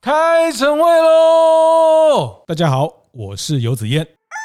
开晨会喽！大家好，我是游子燕。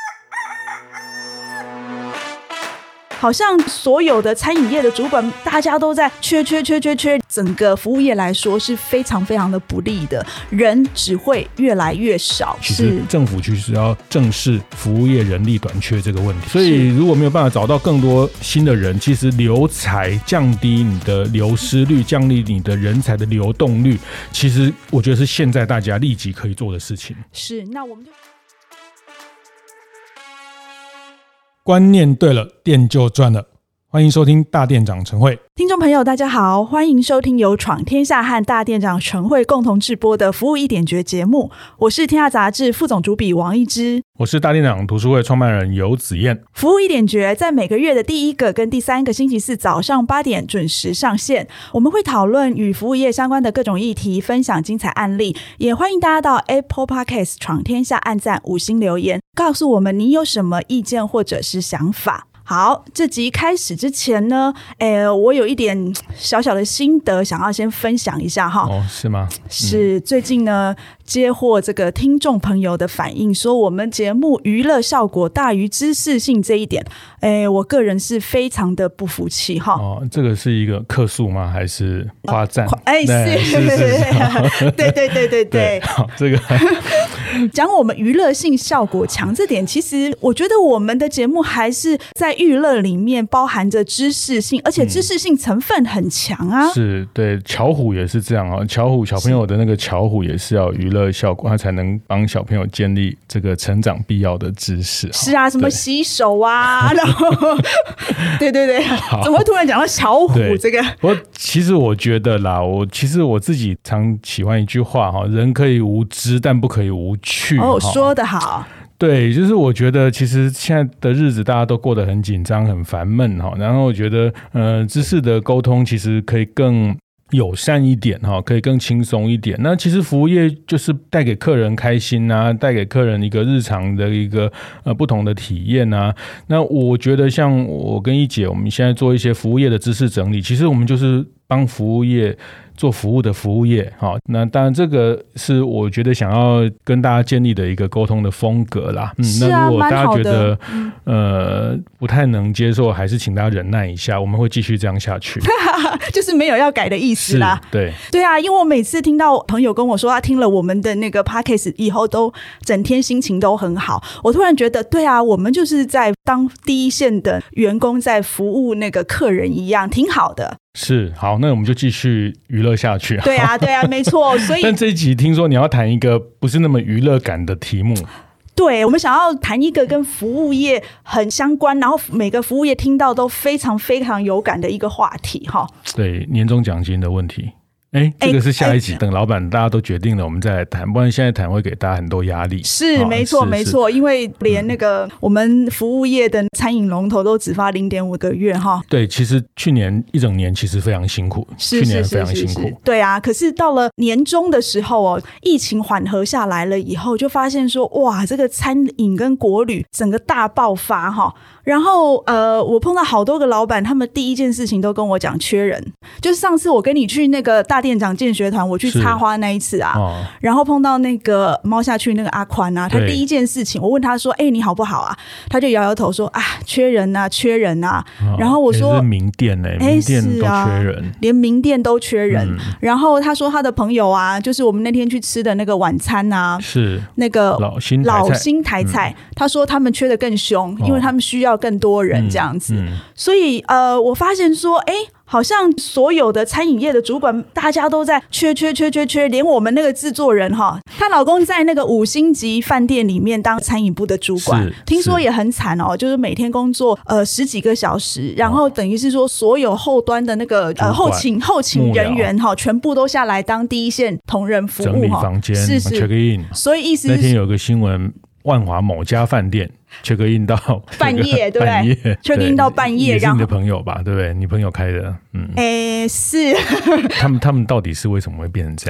好像所有的餐饮业的主管，大家都在缺，整个服务业来说是非常非常的不利的，人只会越来越少。 其实政府其实要正视服务业人力短缺这个问题，所以如果没有办法找到更多新的人，其实留才降低你的流失率，降低你的人才的流动率，其实我觉得是现在大家立即可以做的事情。 是，那我们就观念对了，店就赚了。欢迎收听大店长晨会。 听众朋友大家好，欢迎收听由闯天下和大店长晨会共同制播的服务一点诀节目，我是天下杂志副总主笔王一之， 我是大店长读书会创办人游子燕。 服务一点诀在每个月的第一个跟第三个星期四早上8点准时上线，我们会讨论与服务业相关的各种议题，分享精彩案例，也欢迎大家到 Apple Podcast 闯天下按赞5星留言，告诉我们你有什么意见或者是想法。好，这集开始之前呢，我有一点小小的心得想要先分享一下哈。 哦，是吗？ 是，最近呢接获这个听众朋友的反映，说我们节目娱乐效果大于知识性这一点，我个人是非常的不服气哈。 哦，这个是一个客诉吗？还是夸赞？ 是，对， 好，这个讲我们娱乐性效果强这点，其实我觉得我们的节目还是在娱乐里面包含着知识性，而且知识性成分很强啊。 是，对，巧虎也是这样啊。巧虎小朋友的那个巧虎也是要娱乐效果，它才能帮小朋友建立这个成长必要的知识。 是啊，什么洗手啊，然后对，怎么会突然讲到巧虎这个？ 不过其实我觉得啦，其实我自己常喜欢一句话哈，人可以无知，但不可以无趣。 哦，说得好。 对，就是我觉得其实现在的日子大家都过得很紧张很烦闷，然后我觉得知识的沟通其实可以更友善一点，可以更轻松一点。那其实服务业就是带给客人开心啊，带给客人一个日常的一个不同的体验啊。那我觉得像我跟一姐我们现在做一些服务业的知识整理，其实我们就是帮服务业做服务的服务业。那当然这个是我觉得想要跟大家建立的一个沟通的风格啦。那如果大家觉得不太能接受，还是请大家忍耐一下，我们会继续这样下去。 就是没有要改的意思啦。对啊，因为我每次听到朋友跟我说他听了我们的那个 podcast 以后都整天心情都很好，我突然觉得对啊，我们就是在当第一线的员工，在服务那个客人一样，挺好的。 是，好，那我们就继续娱乐下去。 对啊，没错。所以但这一集听说你要谈一个不是那么娱乐感的题目。 对，我们想要谈一个跟服务业很相关，然后每个服务业听到都非常非常有感的一个话题哈。 对，年终奖金的问题。这个是下一集，等老板大家都决定了我们再来谈，不然现在谈会给大家很多压力。 是，没错，因为连那个我们服务业的餐饮龙头都只发 0.5 个月哈。 对，其实去年一整年其实非常辛苦，去年非常辛苦。 对啊，可是到了年终的时候疫情缓和下来了以后，就发现说哇，这个餐饮跟国旅整个大爆发哈。然后我碰到好多个老板，他们第一件事情都跟我讲缺人，就是上次我跟你去那个大店长建学团，我去插花那一次啊，然后碰到那个猫下去那个阿宽啊，他第一件事情我问他说你好不好啊，他就摇摇头说缺人啊，然后我说是名店名店都缺人， 连名店都缺人。然后他说他的朋友啊，就是我们那天去吃的那个晚餐啊，是那个老新台菜，他说他们缺的更凶，因为他们需要更多人这样子。所以我发现说好像所有的餐饮业的主管大家都在缺，连我们那个制作人她老公在那个5星级饭店里面当餐饮部的主管，听说也很惨就是每天工作10几个小时，然后等于是说所有后端的那个后勤人员全部都下来当第一线同仁服务， 整理房间check in。 所以意思是那天有个新闻，万华某家饭店check in 到半夜，对不对？check in 到半夜， 也是你的朋友吧？对不对？你朋友开的， 是。 他们到底是为什么会变成这样？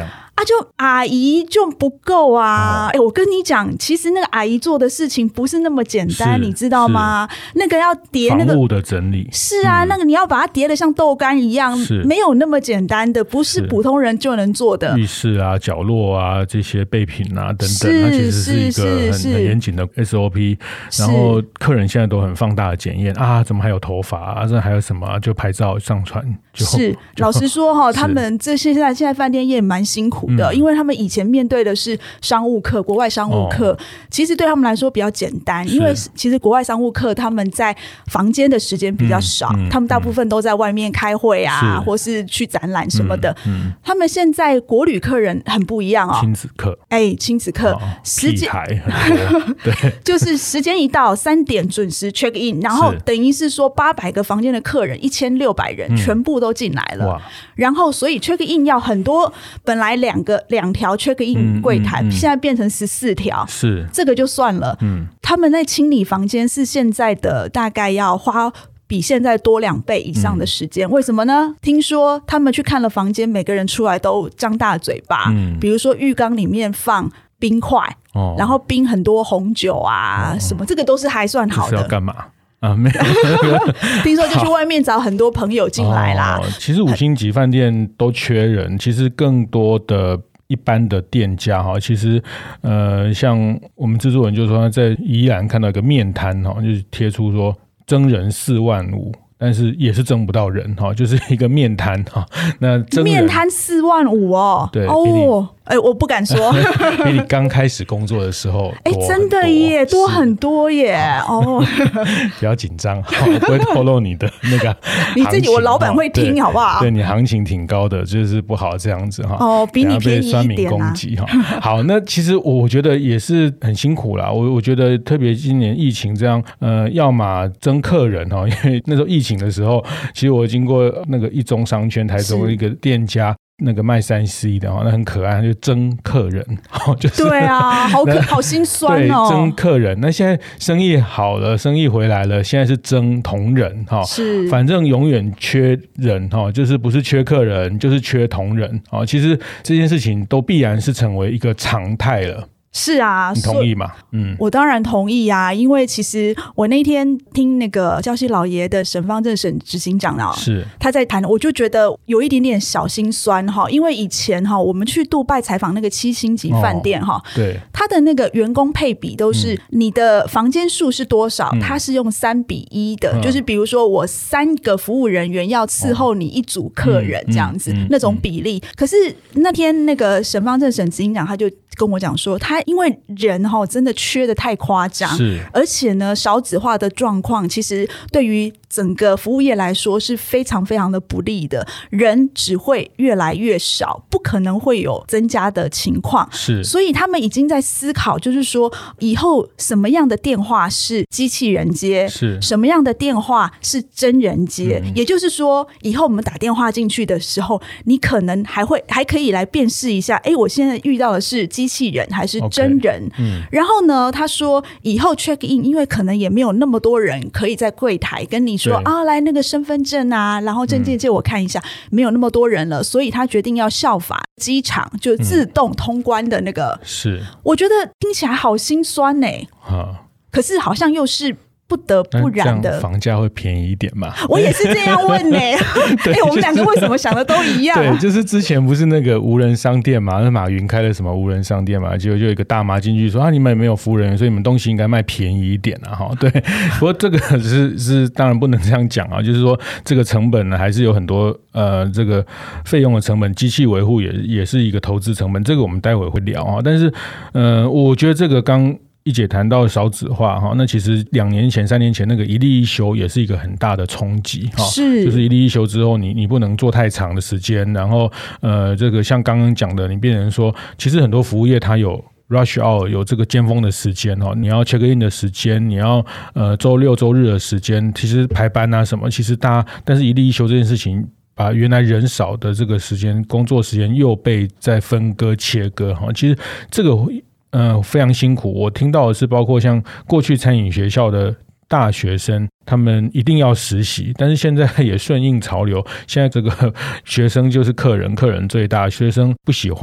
就阿姨就不够啊。我跟你讲，其实那个阿姨做的事情不是那么简单，你知道吗？那个要叠那个房屋的整理， 是啊，那个你要把它叠得像豆干一样，没有那么简单的，不是普通人就能做的。 浴室啊、角落啊这些备品啊等等，它其实是一个很严谨的 SOP。然后客人现在都很放大的检验啊，怎么还有头发啊？这还有什么啊？就拍照上传。 是，老实说他们这现在饭店业蛮辛苦的，因为他们以前面对的是商务客，国外商务客，其实对他们来说比较简单，因为其实国外商务客他们在房间的时间比较少，他们大部分都在外面开会啊，或是去展览什么的。他们现在国旅客人很不一样亲子客， 亲子客， 时间对， 就是时间一到3点准时 check in， 然后等于是说800个房间的客人1600人全部都进来了，然后所以 check in 要很多，本来2条 check in 柜台，现在变成14条， 是这个就算了。他们在清理房间是现在的大概要花比现在多2倍以上的时间，为什么呢？听说他们去看了房间，每个人出来都张大嘴巴，比如说浴缸里面放冰块，然后冰很多红酒啊，什么这个都是还算好的。 这是要干嘛？没有听说就去外面找很多朋友进来啦。 其实5星级饭店都缺人，其实更多的一般的店家其实像我们制作人就说他在宜兰看到一个面摊就是贴出说征人4万5，但是也是征不到人就是一个面摊那面摊4万5 对我不敢说比你刚开始工作的时候真的耶，多很多耶不要紧张我不会透露你的那个你自己我老板会听好不好？ 对，你行情挺高的，就是不好这样子比你便宜一点被酸民攻击好，那其实我觉得也是很辛苦啦，我觉得特别今年疫情这样要么征客人因为那时候疫情的时候，其实我经过那个一中商圈台中一个店家，那个卖3C 的那很可爱，就征客人就是对啊，好心酸对，征客人。那现在生意好了，生意回来了，现在是征同仁是， 反正永远缺人就是不是缺客人就是缺同仁其实这件事情都必然是成为一个常态了。 是啊， 你同意吗？ 我当然同意啊，因为其实我那天听那个礁溪老爷的沈方正沈执行长是他在谈，我就觉得有一点点小心酸因为以前我们去杜拜采访那个7星级饭店对， 他的那个员工配比都是你的房间数是多少，他是用3:1的，就是比如说我3个服务人员要伺候你1组客人这样子，那种比例。可是那天那个沈方正沈执行长他就跟我讲说，他因为人真的缺的太夸张，而且呢少子化的状况其实对于整个服务业来说是非常非常的不利的，人只会越来越少，不可能会有增加的情况，所以他们已经在思考，就是说以后什么样的电话是机器人接，什么样的电话是真人接，也就是说以后我们打电话进去的时候，你可能还可以来辨识一下，我现在遇到的是机器人还是真人然后呢他说以后 check in 因为可能也没有那么多人可以在柜台跟你说来那个身份证啊，然后证件借我看一下，没有那么多人了，所以他决定要效法机场就自动通关的那个我觉得听起来好心酸可是好像又是不得不然的， 房价会便宜一点嘛？ 我也是这样问我们两个为什么想的都一样？ 对，就是之前不是那个无人商店嘛，那马云开了什么无人商店嘛，结果就有一个大妈进去说你们也没有服务人员，所以你们东西应该卖便宜一点对，不过这个是当然不能这样讲就是说这个成本呢还是有很多这个费用的成本，机器维护也是一个投资成本，这个我们待会会聊但是我觉得这个刚一姐谈到少子化那其实2年前3年前那个一例一休也是一个很大的冲击就是一例一休之后你不能做太长的时间，然后这个像刚刚讲的，你变成说其实很多服务业它有rush hour 有这个尖峰的时间你要 check in 的时间，你要周六周日的时间，其实排班啊什么，其实但是一例一休这件事情把原来人少的这个时间工作时间又被再分割切割其实这个非常辛苦。我听到的是包括像过去餐饮学校的大学生，他们一定要实习，但是现在也顺应潮流，现在这个学生就是客人最大，学生不喜欢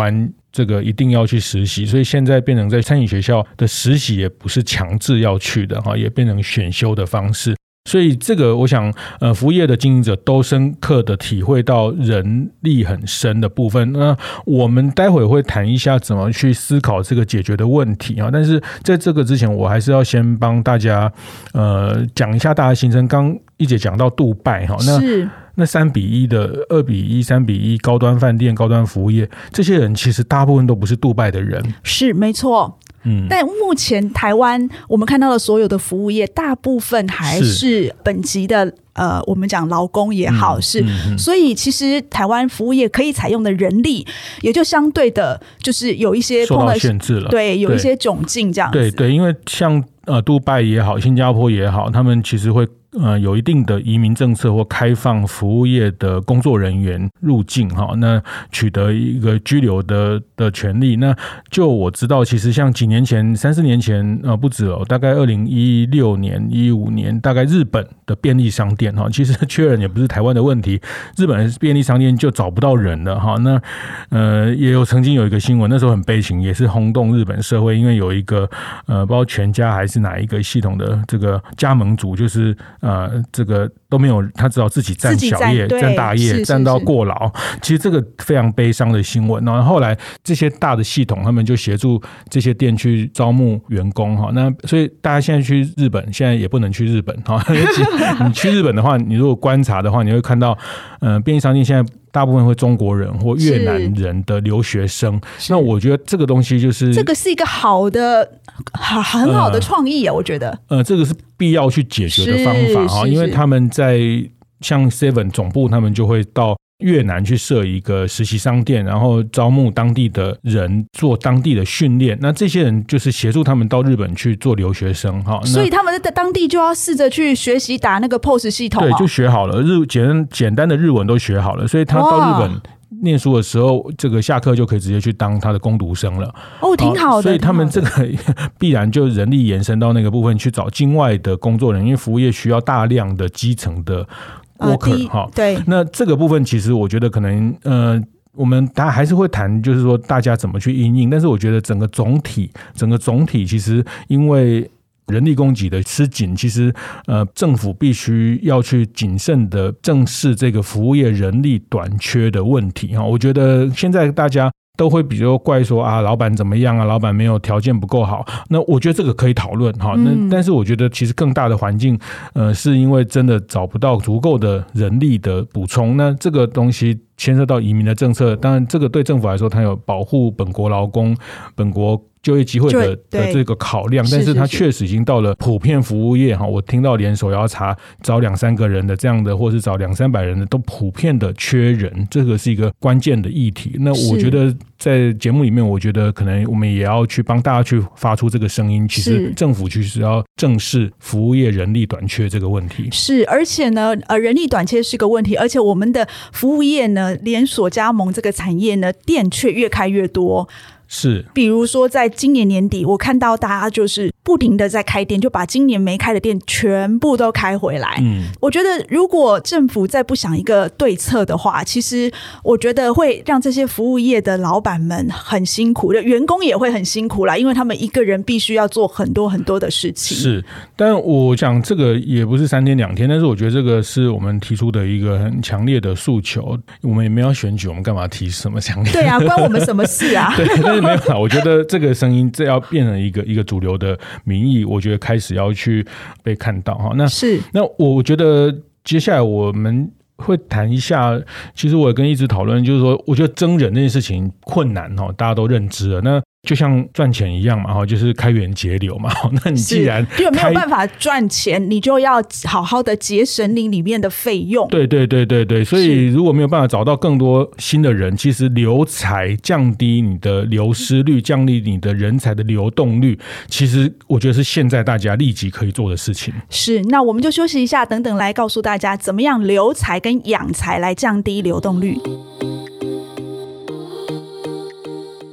这个一定要去实习，所以现在变成在餐饮学校的实习也不是强制要去的，也变成选修的方式。所以这个我想服务业的经营者都深刻的体会到人力很深的部分。那我们待会会谈一下怎么去思考这个解决的问题，但是在这个之前我还是要先帮大家讲一下大家心声。刚一姐讲到杜拜，那3:1的2:1 3:1高端饭店高端服务业，这些人其实大部分都不是杜拜的人。 是没错，但目前台湾我们看到的所有的服务业大部分还是本籍的我们讲劳工也好，所以其实台湾服务业可以采用的人力也就相对的就是有一些受到限制了， 对，有一些窘境这样子。 对，因为像杜拜也好新加坡也好，他们其实会有一定的移民政策或开放服务业的工作人员入境，那取得一个居留的权利。那就我知道其实像几年前3-4年前不止大概2016年15年大概日本的便利商店其实缺人也不是台湾的问题，日本的便利商店就找不到人了那也有曾经有一个新闻，那时候很悲情，也是轰动日本社会，因为有一个不知道全家还是哪一个系统的这个加盟主，就是这个都没有，他只好自己站小夜站大夜站到过劳。其实这个非常悲伤的新闻。然后后来这些大的系统他们就协助这些店去招募员工，那所以大家现在去日本现在也不能去日本你去日本的话，你如果观察的话，你会看到便利商店现在大部分会中国人或越南人的留学生。那我觉得这个东西就是这个是一个很好的创意我觉得这个是必要去解决的方法因为他们在像 Seven 总部，他们就会到越南去设一个实习商店，然后招募当地的人做当地的训练。那这些人就是协助他们到日本去做留学生所以他们在当地就要试着去学习打那个 POS 系统。 对，就学好了简单的日文都学好了，所以他到日本念书的时候，这个下课就可以直接去当他的工读生了。 挺好的。 所以他们这个必然就人力延伸到那个部分去找境外的工作人员，因为服务业需要大量的基层的worker 对。 那这个部分其实我觉得可能我们还是会谈，就是说大家怎么去因应，但是我觉得整个总体其实因为人力供给的吃紧，其实政府必须要去谨慎的正视这个服务业人力短缺的问题我觉得现在大家都会比如怪说老板怎么样老板没有条件不够好，那我觉得这个可以讨论但是我觉得其实更大的环境是因为真的找不到足够的人力的补充，那这个东西牵涉到移民的政策，当然这个对政府来说它有保护本国劳工本国就业机会的这个考量，但是它确实已经到了普遍服务业我听到连手摇茶找2-3个人的这样的，或是找200-300人的都普遍的缺人，这个是一个关键的议题。那我觉得在节目里面，我觉得可能我们也要去帮大家去发出这个声音，其实政府其实要正视服务业人力短缺这个问题。 是，而且呢人力短缺是个问题，而且我们的服务业呢连锁加盟这个产业呢店却越开越多。 是， 比如说在今年年底，我看到大家就是不停的在开店，就把今年没开的店全部都开回来。我觉得如果政府再不想一个对策的话，其实我觉得会让这些服务业的老板们很辛苦，员工也会很辛苦啦，因为他们一个人必须要做很多很多的事情。 是，但我想这个也不是3天2天，但是我觉得这个是我们提出的一个很强烈的诉求。我们也没有选举，我们干嘛提什么强烈？ 对啊，关我们什么事啊？ 对，但是没有啦，我觉得这个声音这要变成一个主流的民意，我觉得开始要去被看到那我觉得接下来我们会谈一下，其实我也跟一直讨论，就是说我觉得征人这件事情困难大家都认知了，那就像赚钱一样嘛，就是开源节流嘛。那你既然就没有办法赚钱，你就要好好的节省你里面的费用。 对，所以如果没有办法找到更多新的人，其实留才降低你的流失率，降低你的人才的流动率，其实我觉得是现在大家立即可以做的事情。 是，那我们就休息一下，等等来告诉大家怎么样留才跟养才来降低流动率。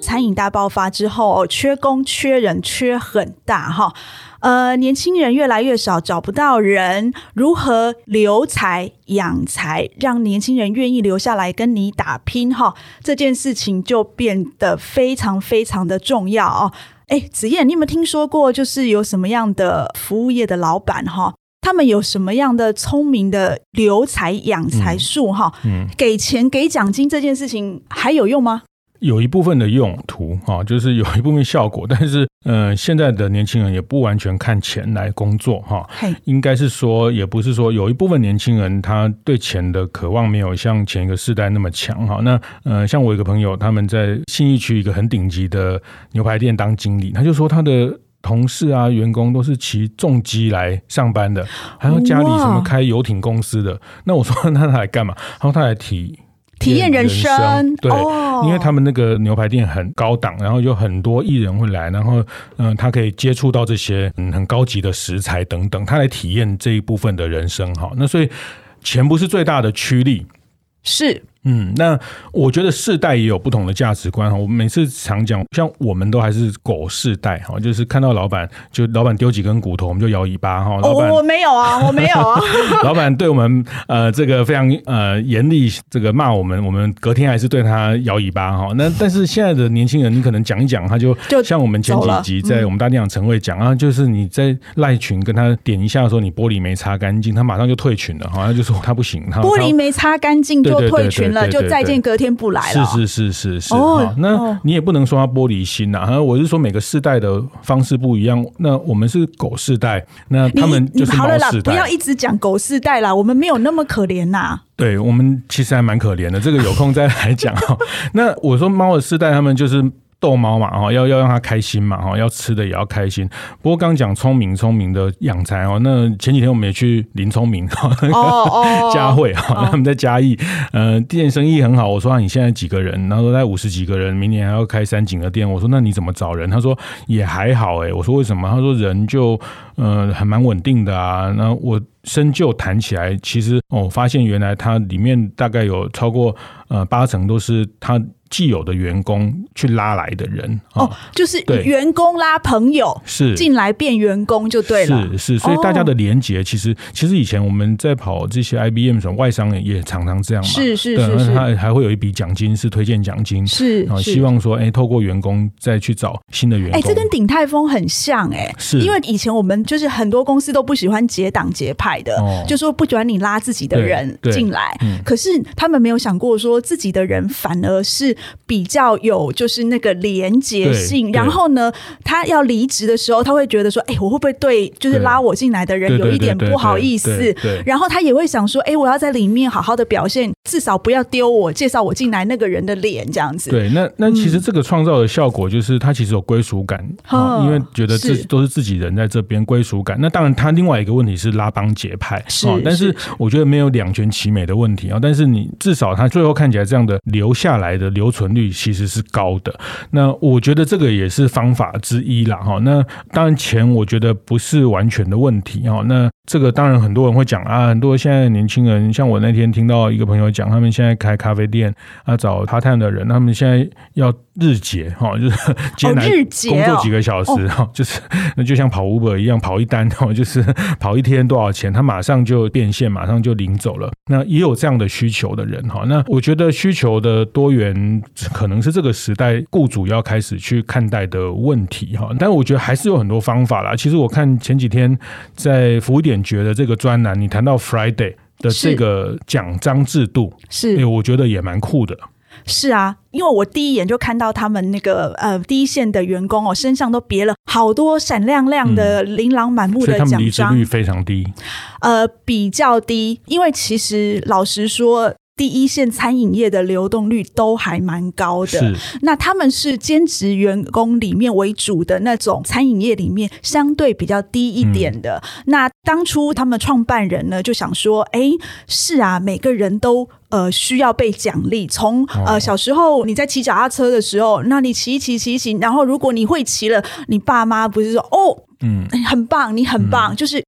餐饮大爆发之后，缺工缺人缺很大哈。年轻人越来越少，找不到人，如何留才养才，让年轻人愿意留下来跟你打拼哈？这件事情就变得非常非常的重要哦。子燕，你有没有听说过，就是有什么样的服务业的老板哈？他们有什么样的聪明的留才养才术哈？给钱给奖金这件事情还有用吗？ 有一部分的用途就是有一部分效果，但是现在的年轻人也不完全看钱来工作应该是说，也不是说有一部分年轻人他对钱的渴望没有像前一个世代那么强那像我有个朋友，他们在信义区一个很顶级的牛排店当经理，他就说他的同事啊员工都是骑重机来上班的，还有家里什么开游艇公司的。那我说那他来干嘛？他说他来体验人生，对，因为他们那个牛排店很高档，然后有很多艺人会来，然后他可以接触到这些很高级的食材等等，他来体验这一部分的人生那所以钱不是最大的驱力， 是那我觉得世代也有不同的价值观。我每次常讲，像我们都还是狗世代就是看到老板丢几根骨头我们就摇尾巴老板我没有啊，我没有啊老板对我们这个非常严厉，这个骂我们隔天还是对他摇尾巴那但是现在的年轻人，你可能讲一讲，他就像我们前几集在我们大店长陈慧讲就是你在赖群跟他点一下说你玻璃没擦干净，他马上就退群了他就说他不行， 玻璃没擦干净就退群了，就再见隔天不来了。 是那你也不能说他玻璃心我是说每个世代的方式不一样。那我们是狗世代，那他们就是猫世代。好了啦， 不要一直讲狗世代啦，我们没有那么可怜呐。 对，我们其实还蛮可怜的，这个有空再来讲那我说猫的世代，他们就是逗猫嘛要让它开心嘛要吃的也要开心。不过刚讲聪明的养才那前几天我们也去林聪明嘉惠他们在嘉义店生意很好。我说你现在几个人？然后说在50几个人，明年还要开3井的店。我说那你怎么找人？他说也还好我说为什么？他说人就还蛮稳定的啊。那我深究谈起来，其实发现原来它里面大概有超过80%都是他既有的员工去拉来的人就是员工拉朋友是进来变员工就对了， 是所以大家的连结其实以前我们在跑这些 IBM 什么外商也常常这样嘛， 是他还会有一笔奖金是推荐奖金， 是希望说透过员工再去找新的员工。 这跟鼎泰丰很像是因为以前我们就是很多公司都不喜欢结党结派的就说不喜欢你拉自己的人进来可是他们没有想过说自己的人反而是比较有就是那个连结性，然后呢他要离职的时候他会觉得说我会不会对就是拉我进来的人有一点不好意思，然后他也会想说我要在里面好好的表现，至少不要丢我介绍我进来那个人的脸这样子。 对，那其实这个创造的效果就是他其实有归属感因为觉得这都是自己人在这边归属感。那当然他另外一个问题是拉帮结派但是我觉得没有两全其美的问题但是你至少他最后看起来这样的留下来的留存率其实是高的。那我觉得这个也是方法之一啦那当然钱我觉得不是完全的问题那这个当然很多人会讲很多现在的年轻人，像我那天听到一个朋友讲，他们现在开咖啡店找part time的人，他们现在要日结就是今天来工作几个小时就是就像跑 Uber 一样，跑一单就是跑一天多少钱，他马上就变现，马上就领走了。那也有这样的需求的人那我觉得需求的多元可能是这个时代雇主要开始去看待的问题但我觉得还是有很多方法啦。其实我看前几天在服务点觉得这个专栏你谈到 Friday 的这个奖章制度是我觉得也蛮酷的。 是啊，因为我第一眼就看到他们那个第一线的员工身上都别了好多闪亮亮的琳琅满目的奖章， 所以他们离职率非常低比较低，因为其实老实说第一线餐饮业的流动率都还蛮高的，那他们是兼职员工里面为主的那种餐饮业里面相对比较低一点的那当初他们创办人呢就想说是啊，每个人都需要被奖励。从小时候你在骑脚踏车的时候，那你骑一骑，然后如果你会骑了，你爸妈不是说很棒，你很棒就是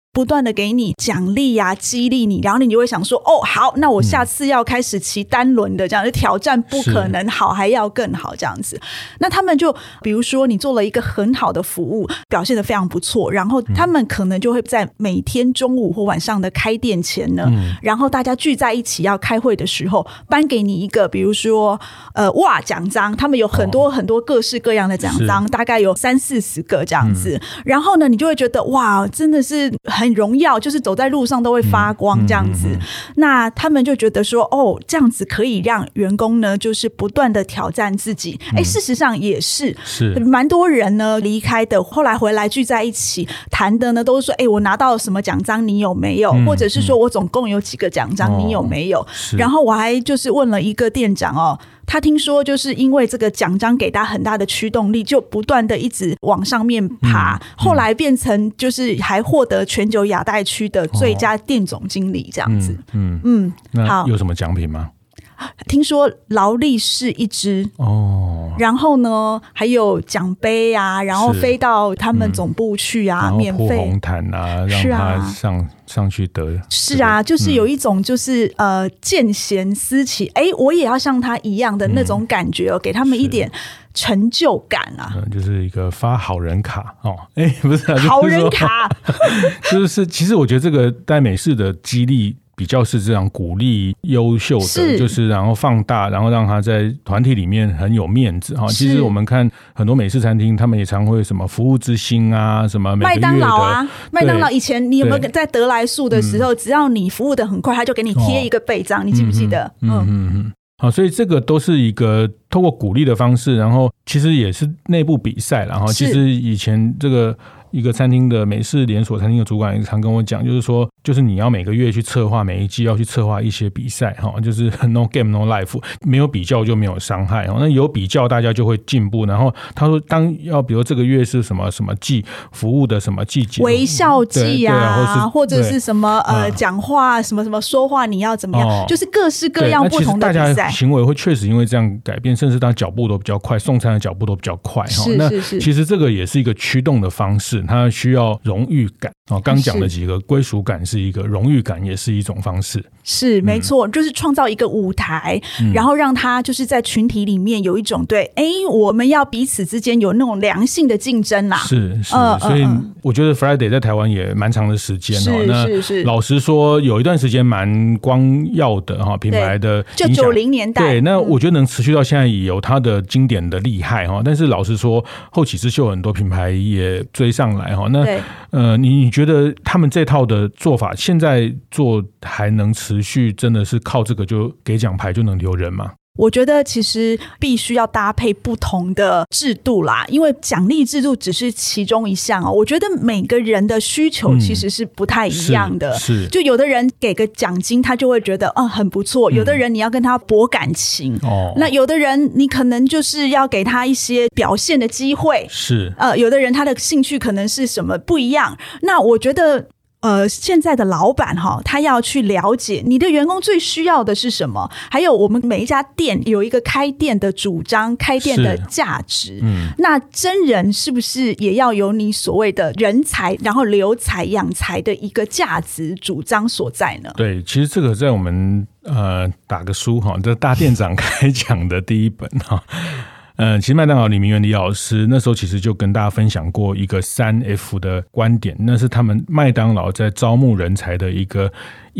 不断的给你奖励啊，激励你，然后你就会想说，哦，好，那我下次要开始骑单轮的，这样就挑战不可能好，还要更好这样子。那他们就比如说你做了一个很好的服务，表现得非常不错，然后他们可能就会在每天中午或晚上的开店前呢，然后大家聚在一起要开会的时候，颁给你一个比如说哇奖章，他们有很多很多各式各样的奖章，大概有30-40个这样子，然后呢你就会觉得哇真的是很荣耀，就是走在路上都会发光这样子。那他们就觉得说，哦，这样子可以让员工呢就是不断的挑战自己。事实上也是蛮多人呢离开的，后来回来聚在一起谈的呢都是说，我拿到了什么奖章你有没有，或者是说我总共有几个奖章你有没有。然后我还就是问了一个店长他听说就是因为这个奖章给他很大的驱动力，就不断的一直往上面爬，后来变成就是还获得全球亚太区的最佳店总经理这样子。 那有什么奖品吗？ 听说劳力士一只然后呢还有奖杯啊，然后飞到他们总部去啊，免费铺红毯啊，让他上去得。 是啊，就是有一种就是见贤思齐，我也要像他一样的那种感觉给他们一点成就感啊。 就是一个发好人卡不是好人卡就是其实我觉得这个在美式的激励比较是这样鼓励优秀的，就是然后放大，然后让他在团体里面很有面子其实我们看很多美式餐厅，他们也常会什么服务之星啊，什么每个月的麦当劳啊，麦当劳以前你有没有在得来速的时候，只要你服务的很快，他就给你贴一个背章，你记不记得？ 好，所以这个都是一个透过鼓励的方式，然后其实也是内部比赛，然后其实以前这个一个餐厅的美式连锁餐厅的主管也常跟我讲，就是说就是你要每个月去策划，每一季要去策划一些比赛就是 no game no life， 没有比较就没有伤害那有比较大家就会进步。然后他说当要比如这个月是什么什么季服务的什么季节， 微笑季或者是什么讲话什么什么说话你要怎么样就是各式各样不同的比赛， 大家行为会确实因为这样改变，甚至他脚步都比较快，送餐的脚步都比较快那其实这个也是一个驱动的方式，它需要荣誉感刚讲的几个归属感是一个，荣誉感也是一种方式， 是没错就是创造一个舞台然后让他就是在群体里面有一种对我们要彼此之间有那种良性的竞争啦。 是所以我觉得 Friday 在台湾也蛮长的时间是老实说有一段时间蛮光耀的品牌的就90年代对那我觉得能持续到现在也有它的经典的厉害但是老实说后起之秀很多品牌也追上来那你觉得他们这套的做法现在做还能持续，真的是靠这个就给奖牌就能留人吗？ 我觉得其实必须要搭配不同的制度啦，因为奖励制度只是其中一项我觉得每个人的需求其实是不太一样的就有的人给个奖金他就会觉得很不错，有的人你要跟他博感情那有的人你可能就是要给他一些表现的机会有的人他的兴趣可能是什么不一样，那我觉得现在的老板他要去了解你的员工最需要的是什么，还有我们每一家店有一个开店的主张，开店的价值那真人是不是也要有你所谓的人才然后留才养才的一个价值主张所在呢？ 对，其实这个在我们打个书这大店长开讲的第一本其实麦当劳李明源李老师那时候其实就跟大家分享过一个3F 的观点，那是他们麦当劳在招募人才的一个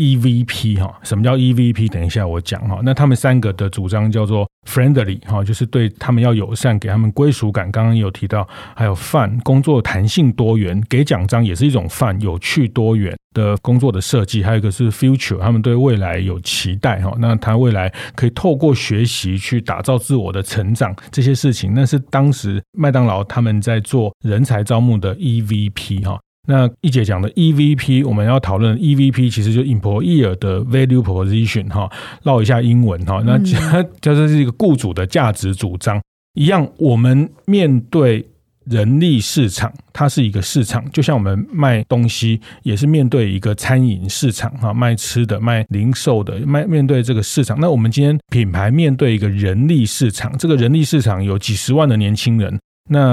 EVP 什么叫 EVP 等一下我讲那他们3个的主张叫做 friendly 就是对他们要友善，给他们归属感，刚刚有提到，还有 fun 工作弹性多元，给奖章也是一种 fun 有趣多元的工作的设计，还有一个是 future 他们对未来有期待那他未来可以透过学习去打造自我的成长，这些事情那是当时麦当劳他们在做人才招募的 EVP那一姐讲的 EVP 我们要讨论 EVP 其实就 Employer 的 Value Proposition 绕一下英文那这是一个雇主的价值主张一样，我们面对人力市场它是一个市场，就像我们卖东西也是面对一个餐饮市场卖吃的卖零售的面对这个市场，那我们今天品牌面对一个人力市场，这个人力市场有几十万的年轻人，那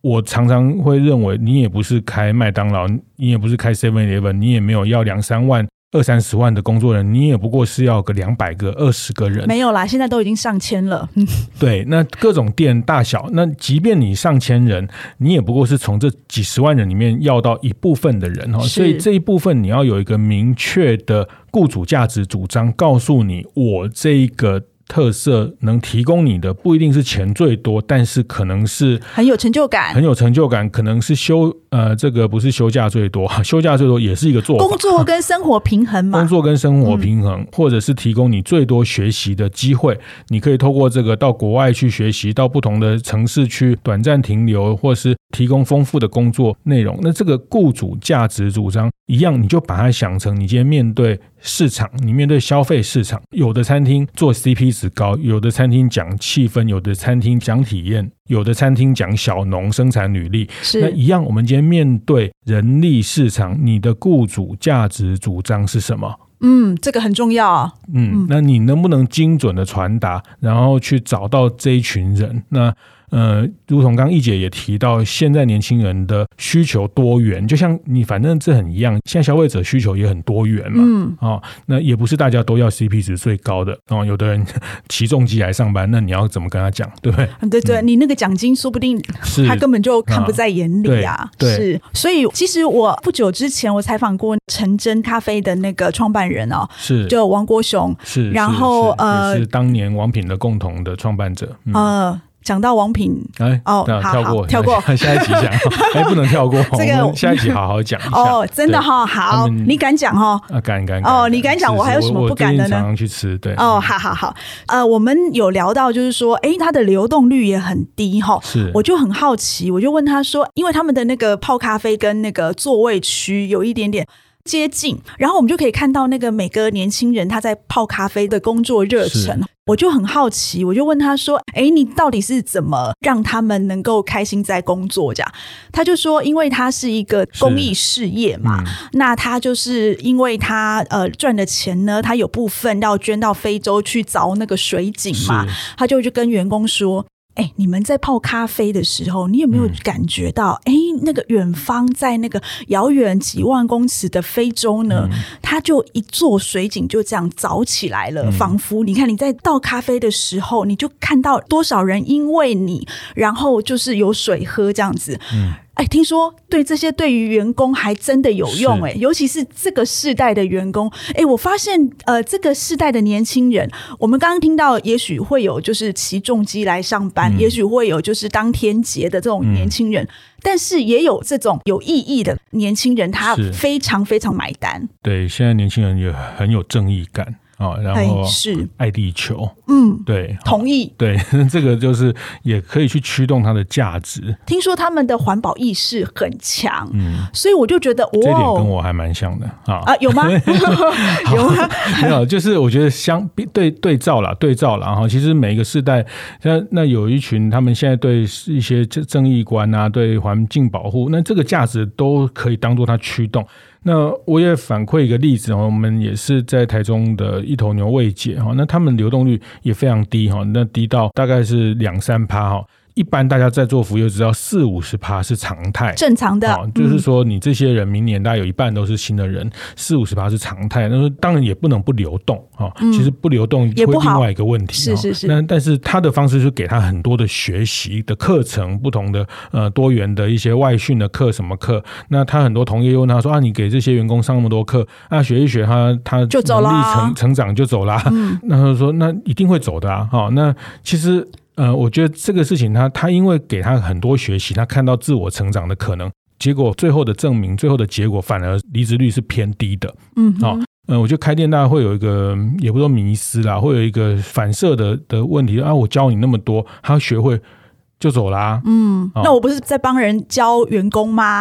我常常会认为你也不是开麦当劳，你也不是开 7-Eleven， 你也没有要2-3万20-30万的工作人，你也不过是要个200个20个人， 没有啦，现在都已经上千了。 对，那各种店大小，那即便你上千人，你也不过是从这几十万人里面要到一部分的人，所以这一部分你要有一个明确的雇主价值主张，告诉你我这一个特色能提供你的不一定是钱最多，但是可能是很有成就感， 可能是这个不是休假最多，休假最多也是一个做法， 工作跟生活平衡嘛， 或者是提供你最多学习的机会，你可以透过这个到国外去学习，到不同的城市去短暂停留，或是提供丰富的工作内容。那这个雇主价值主张一样，你就把它想成你今天面对市场，你面对消费市场，有的餐厅做 CP 值高，有的餐厅讲气氛，有的餐厅讲体验，有的餐厅讲小农生产履历。那一样，我们今天面对人力市场，你的雇主价值主张是什么？ 这个很重要啊。 那你能不能精准的传达，然后去找到这一群人？那如同刚刚易姐也提到，现在年轻人的需求多元，就像你反正这很一样，现在消费者需求也很多元嘛。那也不是大家都要 CP 值最高的有的人骑重机来上班，那你要怎么跟他讲，对不对？ 对，你那个奖金说不定他根本就看不在眼里啊。 对， 是，所以其实我不久之前我采访过陈真咖啡的那个创办人是就王国雄， 然后也是当年王品的共同的创办者。 讲到王品，跳过， 下一集讲，不能跳过，这个我们下一集好好讲一下。 真的好，你敢讲敢你敢讲，我还有什么不敢的呢？ 我常常去吃，对。 好，我们有聊到就是说，它的流动率也很低是， 我就很好奇，我就问他说，因为他们的那个泡咖啡跟那个座位区有一点点接近，然后我们就可以看到那个每个年轻人他在泡咖啡的工作热忱，我就很好奇，我就问他说你到底是怎么让他们能够开心在工作这样？他就说因为他是一个公益事业嘛，那他就是因为他赚的钱呢，他有部分要捐到非洲去凿那个水井嘛，他就跟员工说，你们在泡咖啡的时候，你有没有感觉到那个远方在那个遥远几万公尺的非洲呢，它就一座水井就这样凿起来了，仿佛你看你在倒咖啡的时候，你就看到多少人因为你然后就是有水喝这样子。听说对于员工还真的有用尤其是这个世代的员工。我发现这个世代的年轻人，我们刚刚听到也许会有就是骑重机来上班，也许会有就是当天劫的这种年轻人，但是也有这种有意义的年轻人，他非常非常买单。 对，现在年轻人也很有正义感然后是爱地球，对， 同意， 对，这个就是也可以去驱动它的价值。 听说他们的环保意识很强，所以我就觉得这点跟我还蛮像的有吗？有吗？ 没有，就是我觉得对照啦其实每一个世代，那有一群他们现在对一些正义观啊，对环境保护，那这个价值都可以当作它驱动。那我也反馈一个例子，我们也是在台中的一头牛味姐，那他们流动率也非常低，那低到大概是2-3%。一般大家在做服务业知道40-50% 是常态， 正常的， 就是说你这些人明年大概有一半都是新的人，40-50% 是常态。那当然也不能不流动其实不流动会另外一个问题， 是。 但是他的方式是给他很多的学习的课程，不同的多元的一些外训的课，什么课？那他很多同业又问他说你给这些员工上那么多课学一学他就走啦， 成长就走啦。那他说那一定会走的那其实我觉得这个事情他因为给他很多学习，他看到自我成长的可能，结果最后的证明，最后的结果反而离职率是偏低的。我觉得开店大概会有一个也不说迷思啦，会有一个反射的问题我教你那么多，他学会就走啦。 那我不是在帮人教员工吗？ 对，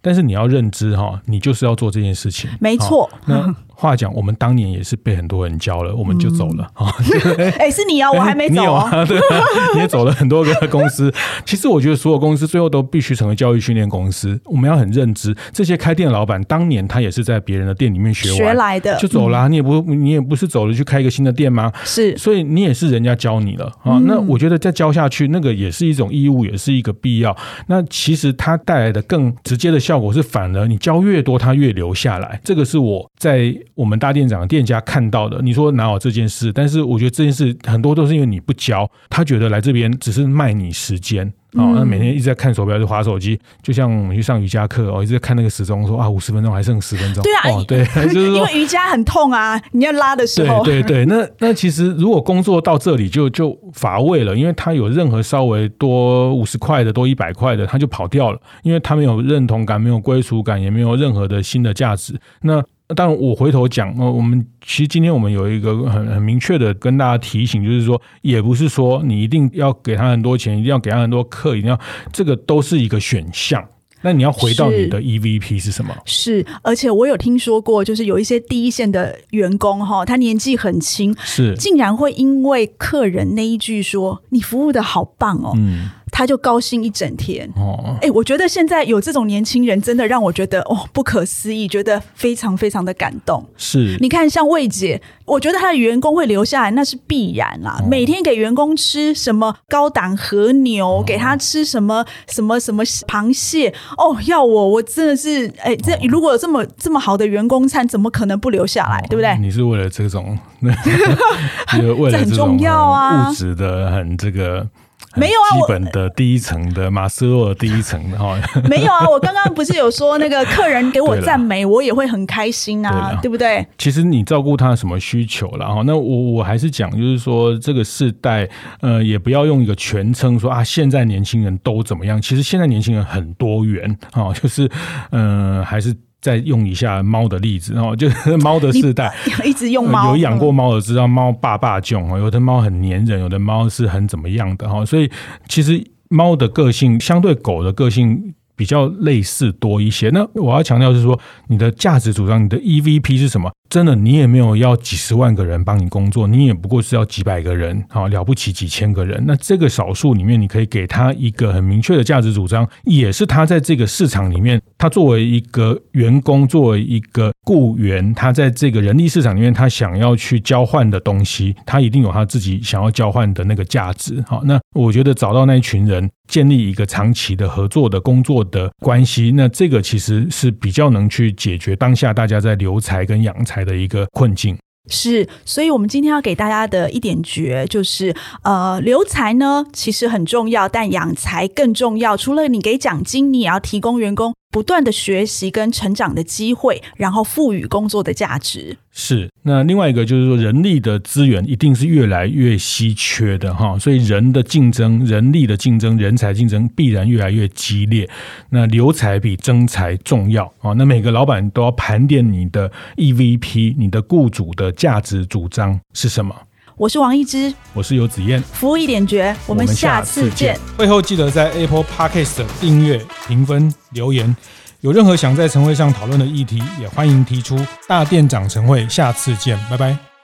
但是你要认知你就是要做这件事情， 没错。 那话讲，我们当年也是被很多人教了，我们就走了是你啊，我还没走对你也走了很多个公司。其实我觉得所有公司最后都必须成为教育训练公司，我们要很认知，这些开店的老板当年他也是在别人的店里面学来的， 就走了你也不是走了去开一个新的店吗？ 是， 所以你也是人家教你了那我觉得再教下去，那个也是一种义务，也是一个必要。那其实它带来的更直接的效果是，反而你教越多，他越留下来。这个是我在我们大店长的店家看到的。你说哪有这件事？但是我觉得这件事很多都是因为你不教，他觉得来这边只是卖你时间。那每天一直在看手表，就滑手机，就像我们去上瑜伽课一直在看那个时钟，说50分钟还剩10分钟。 对啊， 对，就是说因为瑜伽很痛啊，你要拉的时候。 对，那其实如果工作到这里就乏味了，因为他有任何稍微多50块的、多100块的，他就跑掉了，因为他没有认同感、没有归属感，也没有任何的新的价值。那当然我回头讲我们其实今天我们有一个很明确的跟大家提醒，就是说也不是说你一定要给他很多钱，一定要给他很多课，一定要这个都是一个选项。那你要回到你的 EVP 是什么？ 是，而且我有听说过，就是有一些第一线的员工他年纪很轻， 是竟然会因为客人那一句说你服务的好棒他就高兴一整天我觉得现在有这种年轻人真的让我觉得不可思议，觉得非常非常的感动。 是， 你看像魏姐，我觉得她的员工会留下来那是必然啦每天给员工吃什么高档和牛给他吃什么什么什么螃蟹要我真的是这如果有这么好的员工餐，怎么可能不留下来对不对？ 你是为了这种为了这种物质的很这个没有啊， 基本的第一层的马斯洛的第一层的没有啊，我刚刚不是有说那个客人给我赞美，我也会很开心啊， 对不对？ 其实你照顾他什么需求啦那我还是讲，就是说这个世代也不要用一个全称说现在年轻人都怎么样。其实现在年轻人很多元就是还是再用一下猫的例子就是猫的世代一直用猫有养过猫的知道猫爸囧有的猫很黏人，有的猫是很怎么样的所以其实猫的个性相对狗的个性比较类似多一些。那我要强调是说，你的价值主张，你的 EVP 是什么？真的你也没有要几十万个人帮你工作，你也不过是要几百个人了不起几千个人。那这个少数里面你可以给他一个很明确的价值主张，也是他在这个市场里面，他作为一个员工，作为一个雇员，他在这个人力市场里面他想要去交换的东西，他一定有他自己想要交换的那个价值。那我觉得找到那一群人，建立一个长期的合作的工作的关系，那这个其实是比较能去解决当下大家在留才跟养才的一个困境。 是，所以我们今天要给大家的一点诀就是留才呢其实很重要，但养才更重要。除了你给奖金，你也要提供员工不断的学习跟成长的机会，然后赋予工作的价值。 是，那另外一个就是说，人力的资源一定是越来越稀缺的所以人的竞争、人力的竞争、人才竞争必然越来越激烈。那留才比征才重要那每个老板都要盘点你的 EVP， 你的雇主的价值主张是什么。 我是王一之， 我是游子燕， 服务一点绝，我们下次见。 会后记得在 Apple Podcast 订阅、评分、留言。有任何想在晨会上讨论的议题，也欢迎提出。大店长晨会，下次见，拜拜。